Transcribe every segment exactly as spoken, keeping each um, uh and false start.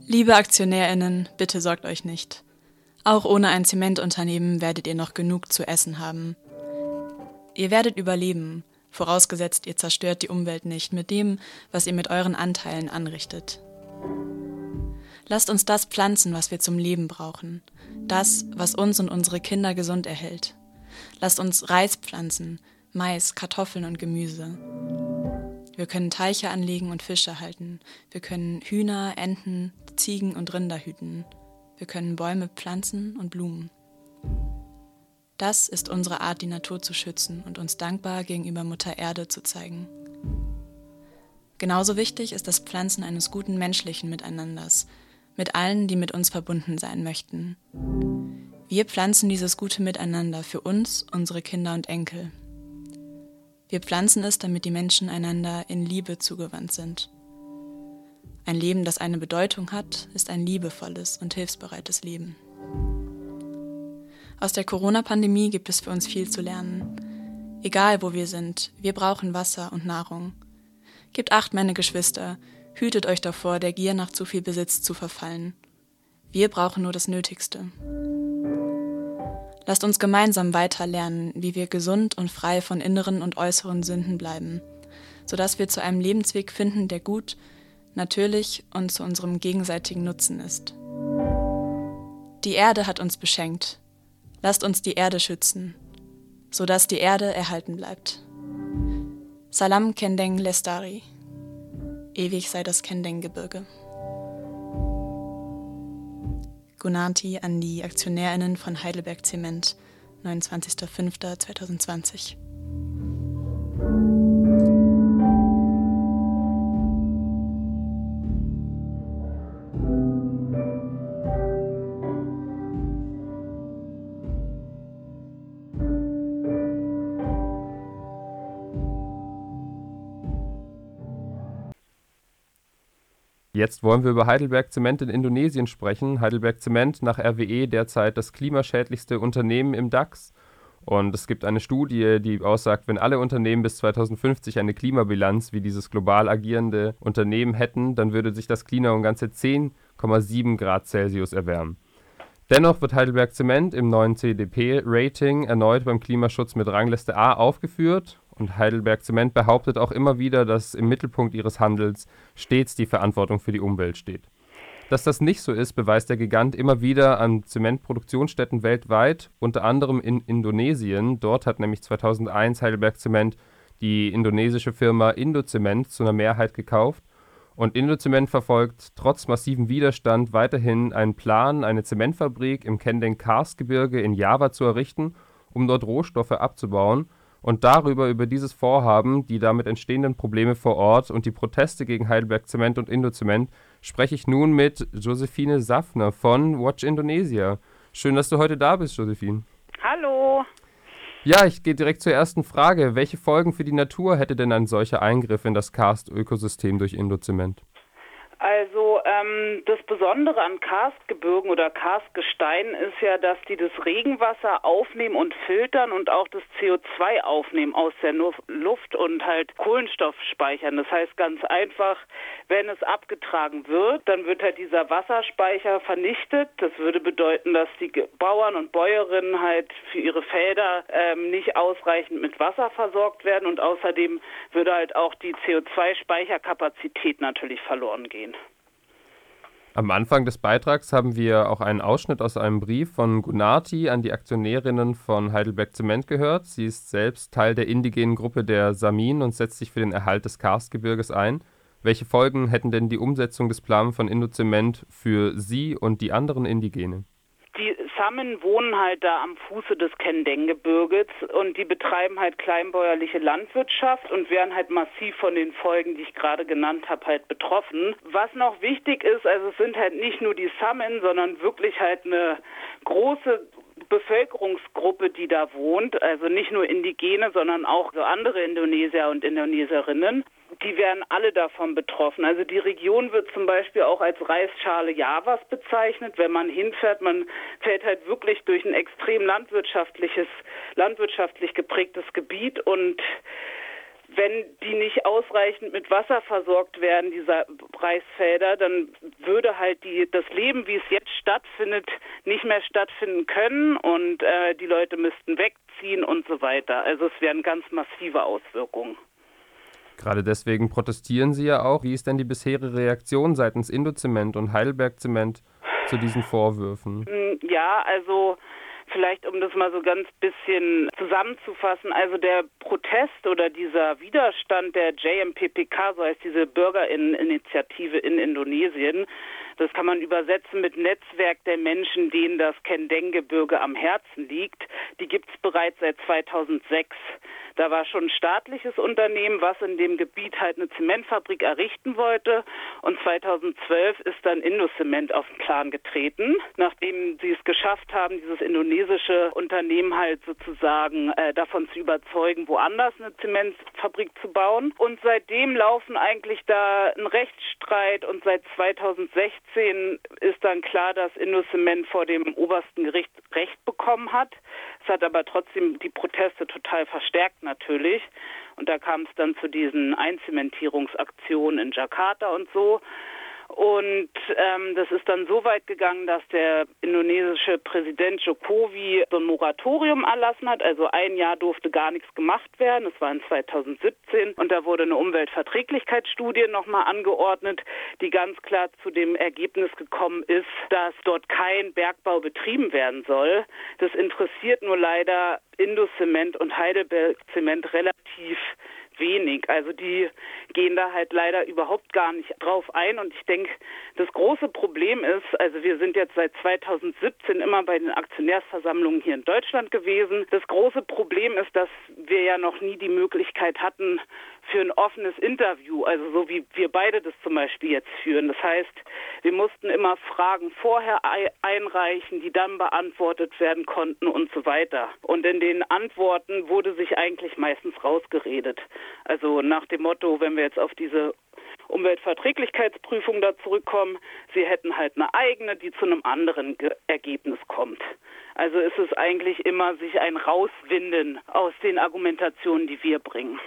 Liebe AktionärInnen, bitte sorgt euch nicht. Auch ohne ein Zementunternehmen werdet ihr noch genug zu essen haben. Ihr werdet überleben, vorausgesetzt ihr zerstört die Umwelt nicht mit dem, was ihr mit euren Anteilen anrichtet. Lasst uns das pflanzen, was wir zum Leben brauchen. Das, was uns und unsere Kinder gesund erhält. Lasst uns Reis pflanzen, Mais, Kartoffeln und Gemüse. Wir können Teiche anlegen und Fische halten. Wir können Hühner, Enten, Ziegen und Rinder hüten. Wir können Bäume pflanzen und Blumen. Das ist unsere Art, die Natur zu schützen und uns dankbar gegenüber Mutter Erde zu zeigen. Genauso wichtig ist das Pflanzen eines guten menschlichen Miteinanders, mit allen, die mit uns verbunden sein möchten. Wir pflanzen dieses gute Miteinander für uns, unsere Kinder und Enkel. Wir pflanzen es, damit die Menschen einander in Liebe zugewandt sind. Ein Leben, das eine Bedeutung hat, ist ein liebevolles und hilfsbereites Leben. Aus der Corona-Pandemie gibt es für uns viel zu lernen. Egal, wo wir sind, wir brauchen Wasser und Nahrung. Gebt Acht, meine Geschwister, hütet euch davor, der Gier nach zu viel Besitz zu verfallen. Wir brauchen nur das Nötigste. Lasst uns gemeinsam weiter lernen, wie wir gesund und frei von inneren und äußeren Sünden bleiben, sodass wir zu einem Lebensweg finden, der gut, natürlich und zu unserem gegenseitigen Nutzen ist. Die Erde hat uns beschenkt. Lasst uns die Erde schützen, sodass die Erde erhalten bleibt. Salam Kendeng Lestari. Ewig sei das Kendeng-Gebirge. Gunanti an die AktionärInnen von Heidelberg Zement, neunundzwanzigster fünfter zweitausendzwanzig. Jetzt wollen wir über Heidelberg Zement in Indonesien sprechen. Heidelberg Zement nach R W E derzeit das klimaschädlichste Unternehmen im DAX. Und es gibt eine Studie, die aussagt, wenn alle Unternehmen bis zweitausendfünfzig eine Klimabilanz wie dieses global agierende Unternehmen hätten, dann würde sich das Klima um ganze zehn Komma sieben Grad Celsius erwärmen. Dennoch wird Heidelberg Zement im neuen C D P-Rating erneut beim Klimaschutz mit Rangliste A aufgeführt. Und Heidelberg Zement behauptet auch immer wieder, dass im Mittelpunkt ihres Handels stets die Verantwortung für die Umwelt steht. Dass das nicht so ist, beweist der Gigant immer wieder an Zementproduktionsstätten weltweit, unter anderem in Indonesien. Dort hat nämlich zweitausendeins Heidelberg Zement die indonesische Firma Indozement zu einer Mehrheit gekauft. Und Indozement verfolgt trotz massivem Widerstand weiterhin einen Plan, eine Zementfabrik im Kendeng-Karstgebirge in Java zu errichten, um dort Rohstoffe abzubauen. Und darüber, über dieses Vorhaben, die damit entstehenden Probleme vor Ort und die Proteste gegen Heidelberg Zement und Indozement, spreche ich nun mit Josephine Safner von Watch Indonesia. Schön, dass du heute da bist, Josephine. Hallo. Ja, ich gehe direkt zur ersten Frage. Welche Folgen für die Natur hätte denn ein solcher Eingriff in das Karstökosystem durch Indozement? Also ähm, das Besondere an Karstgebirgen oder Karstgesteinen ist ja, dass die das Regenwasser aufnehmen und filtern und auch das C O zwei aufnehmen aus der Luft und halt Kohlenstoff speichern. Das heißt ganz einfach, wenn es abgetragen wird, dann wird halt dieser Wasserspeicher vernichtet. Das würde bedeuten, dass die Bauern und Bäuerinnen halt für ihre Felder ähm, nicht ausreichend mit Wasser versorgt werden und außerdem würde halt auch die C O zwei Speicherkapazität natürlich verloren gehen. Am Anfang des Beitrags haben wir auch einen Ausschnitt aus einem Brief von Gunarti an die Aktionärinnen von Heidelberg Zement gehört. Sie ist selbst Teil der indigenen Gruppe der Samin und setzt sich für den Erhalt des Karstgebirges ein. Welche Folgen hätten denn die Umsetzung des Plans von Indozement für Sie und die anderen Indigenen? Die Samen wohnen halt da am Fuße des Kendeng-Gebirges und die betreiben halt kleinbäuerliche Landwirtschaft und werden halt massiv von den Folgen, die ich gerade genannt habe, halt betroffen. Was noch wichtig ist, also es sind halt nicht nur die Samen, sondern wirklich halt eine große Bevölkerungsgruppe, die da wohnt, also nicht nur Indigene, sondern auch so andere Indonesier und Indonesierinnen. Die werden alle davon betroffen. Also die Region wird zum Beispiel auch als Reisschale Javas bezeichnet. Wenn man hinfährt, man fährt halt wirklich durch ein extrem landwirtschaftliches, landwirtschaftlich geprägtes Gebiet und wenn die nicht ausreichend mit Wasser versorgt werden, diese Reisfelder, dann würde halt die, das Leben, wie es jetzt stattfindet, nicht mehr stattfinden können und äh, die Leute müssten wegziehen und so weiter. Also es wären ganz massive Auswirkungen. Gerade deswegen protestieren Sie ja auch. Wie ist denn die bisherige Reaktion seitens Indozement und Heidelberg Zement zu diesen Vorwürfen? Ja, also vielleicht um das mal so ganz bisschen zusammenzufassen, also der Protest oder dieser Widerstand der J M P P K, so heißt diese Bürgerinitiative in Indonesien, das kann man übersetzen mit Netzwerk der Menschen, denen das Kendeng-Gebirge am Herzen liegt. Die gibt es bereits seit zweitausendsechs. Da war schon ein staatliches Unternehmen, was in dem Gebiet halt eine Zementfabrik errichten wollte. Und zweitausendzwölf ist dann Indocement auf den Plan getreten, nachdem sie es geschafft haben, dieses indonesische Unternehmen halt sozusagen äh, davon zu überzeugen, woanders eine Zementfabrik zu bauen. Und seitdem laufen eigentlich da ein Rechtsstreit und seit zweitausendsechzehn ist dann klar, dass Indocement vor dem obersten Gericht Recht bekommen hat. Es hat aber trotzdem die Proteste total verstärkt natürlich. Und da kam es dann zu diesen Einzementierungsaktionen in Jakarta und so. Und ähm, das ist dann so weit gegangen, dass der indonesische Präsident Jokowi so ein Moratorium erlassen hat. Also ein Jahr durfte gar nichts gemacht werden. Das war in zweitausendsiebzehn. Und da wurde eine Umweltverträglichkeitsstudie nochmal angeordnet, die ganz klar zu dem Ergebnis gekommen ist, dass dort kein Bergbau betrieben werden soll. Das interessiert nur leider Indocement und Heidelberg Zement relativ wenig. Also die gehen da halt leider überhaupt gar nicht drauf ein. Und ich denke, das große Problem ist, also wir sind jetzt seit zweitausendsiebzehn immer bei den Aktionärsversammlungen hier in Deutschland gewesen. Das große Problem ist, dass wir ja noch nie die Möglichkeit hatten für ein offenes Interview, also so wie wir beide das zum Beispiel jetzt führen. Das heißt, wir mussten immer Fragen vorher einreichen, die dann beantwortet werden konnten und so weiter. Und in den Antworten wurde sich eigentlich meistens rausgeredet. Also nach dem Motto, wenn wir jetzt auf diese Umweltverträglichkeitsprüfung da zurückkommen, sie hätten halt eine eigene, die zu einem anderen Ge- Ergebnis kommt. Also ist es eigentlich immer sich ein Rauswinden aus den Argumentationen, die wir bringen.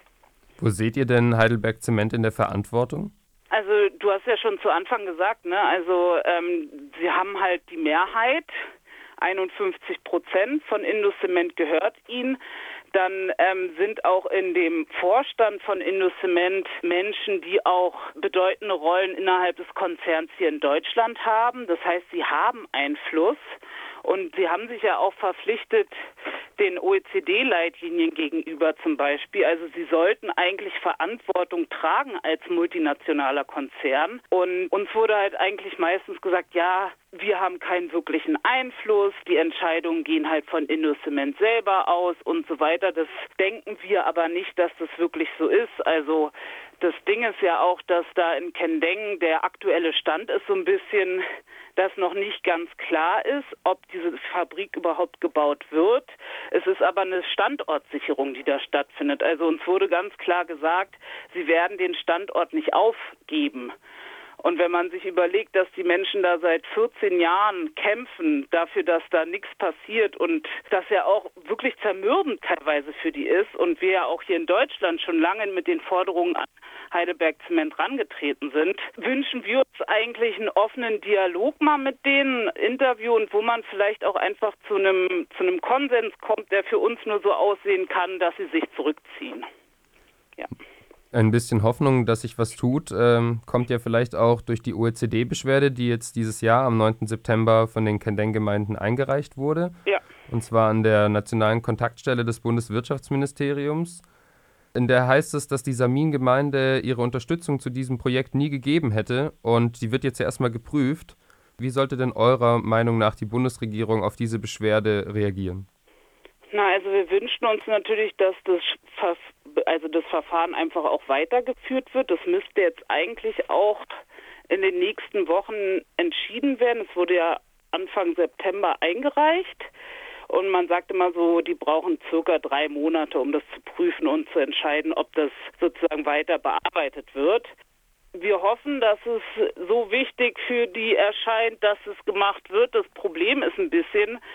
Wo seht ihr denn Heidelberg Zement in der Verantwortung? Also du hast ja schon zu Anfang gesagt, ne? Also ähm, sie haben halt die Mehrheit, einundfünfzig Prozent von Indocement gehört ihnen. Dann ähm, sind auch in dem Vorstand von Indocement Menschen, die auch bedeutende Rollen innerhalb des Konzerns hier in Deutschland haben. Das heißt, sie haben Einfluss. Und sie haben sich ja auch verpflichtet, den O E C D-Leitlinien gegenüber zum Beispiel. Also sie sollten eigentlich Verantwortung tragen als multinationaler Konzern. Und uns wurde halt eigentlich meistens gesagt, ja, wir haben keinen wirklichen Einfluss, die Entscheidungen gehen halt von Indocement selber aus und so weiter. Das denken wir aber nicht, dass das wirklich so ist. Also das Ding ist ja auch, dass da in Kendeng der aktuelle Stand ist so ein bisschen, dass noch nicht ganz klar ist, ob diese Fabrik überhaupt gebaut wird. Es ist aber eine Standortsicherung, die da stattfindet. Also uns wurde ganz klar gesagt, sie werden den Standort nicht aufgeben. Und wenn man sich überlegt, dass die Menschen da seit vierzehn Jahren kämpfen dafür, dass da nichts passiert und das ja auch wirklich zermürbend teilweise für die ist und wir ja auch hier in Deutschland schon lange mit den Forderungen an Heidelberg Zement rangetreten sind, wünschen wir uns eigentlich einen offenen Dialog mal mit denen, Interview und wo man vielleicht auch einfach zu einem, zu einem Konsens kommt, der für uns nur so aussehen kann, dass sie sich zurückziehen. Ja. Ein bisschen Hoffnung, dass sich was tut, ähm, kommt ja vielleicht auch durch die O E C D-Beschwerde, die jetzt dieses Jahr am neunten September von den Kendeng-Gemeinden eingereicht wurde. Ja. Und zwar an der Nationalen Kontaktstelle des Bundeswirtschaftsministeriums. In der heißt es, dass die Samin-Gemeinde ihre Unterstützung zu diesem Projekt nie gegeben hätte. Und die wird jetzt ja erstmal geprüft. Wie sollte denn eurer Meinung nach die Bundesregierung auf diese Beschwerde reagieren? Na, also wir wünschen uns natürlich, dass das, Ver- also das Verfahren einfach auch weitergeführt wird. Das müsste jetzt eigentlich auch in den nächsten Wochen entschieden werden. Es wurde ja Anfang September eingereicht und man sagt immer so, die brauchen circa drei Monate, um das zu prüfen und zu entscheiden, ob das sozusagen weiter bearbeitet wird. Wir hoffen, dass es so wichtig für die erscheint, dass es gemacht wird. Das Problem ist ein bisschen,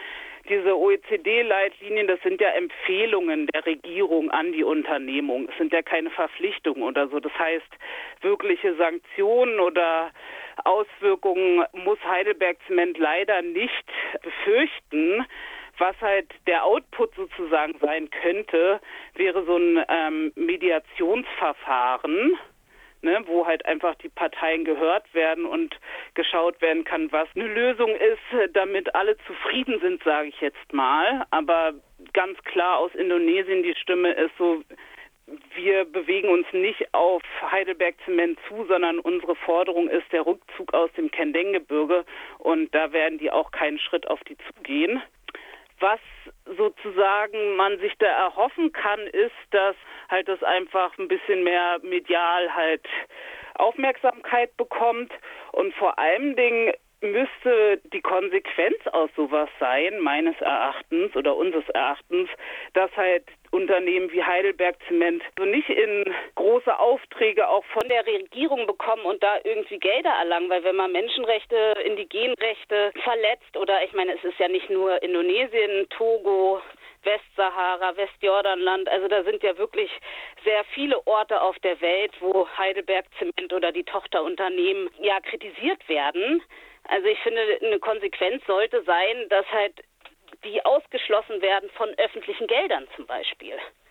Diese O E C D-Leitlinien, das sind ja Empfehlungen der Regierung an die Unternehmung. Es sind ja keine Verpflichtungen oder so. Das heißt, wirkliche Sanktionen oder Auswirkungen muss Heidelberg Zement leider nicht befürchten. Was halt der Output sozusagen sein könnte, wäre so ein ähm, Mediationsverfahren, ne, wo halt einfach die Parteien gehört werden und geschaut werden kann, was eine Lösung ist, damit alle zufrieden sind, sage ich jetzt mal. Aber ganz klar aus Indonesien die Stimme ist so, wir bewegen uns nicht auf Heidelberg Zement zu, sondern unsere Forderung ist der Rückzug aus dem Kendeng-Gebirge und da werden die auch keinen Schritt auf die zugehen. Was sozusagen man sich da erhoffen kann, ist, dass halt das einfach ein bisschen mehr medial halt Aufmerksamkeit bekommt und vor allen Dingen müsste die Konsequenz aus sowas sein, meines Erachtens oder unseres Erachtens, dass halt Unternehmen wie Heidelberg Zement so nicht in große Aufträge auch von der Regierung bekommen und da irgendwie Gelder erlangen, weil wenn man Menschenrechte, Indigenenrechte verletzt oder ich meine, es ist ja nicht nur Indonesien, Togo, Westsahara, Westjordanland, also da sind ja wirklich sehr viele Orte auf der Welt, wo Heidelberg Zement oder die Tochterunternehmen ja kritisiert werden. Also ich finde, eine Konsequenz sollte sein, dass halt die ausgeschlossen werden von öffentlichen Geldern zum Beispiel.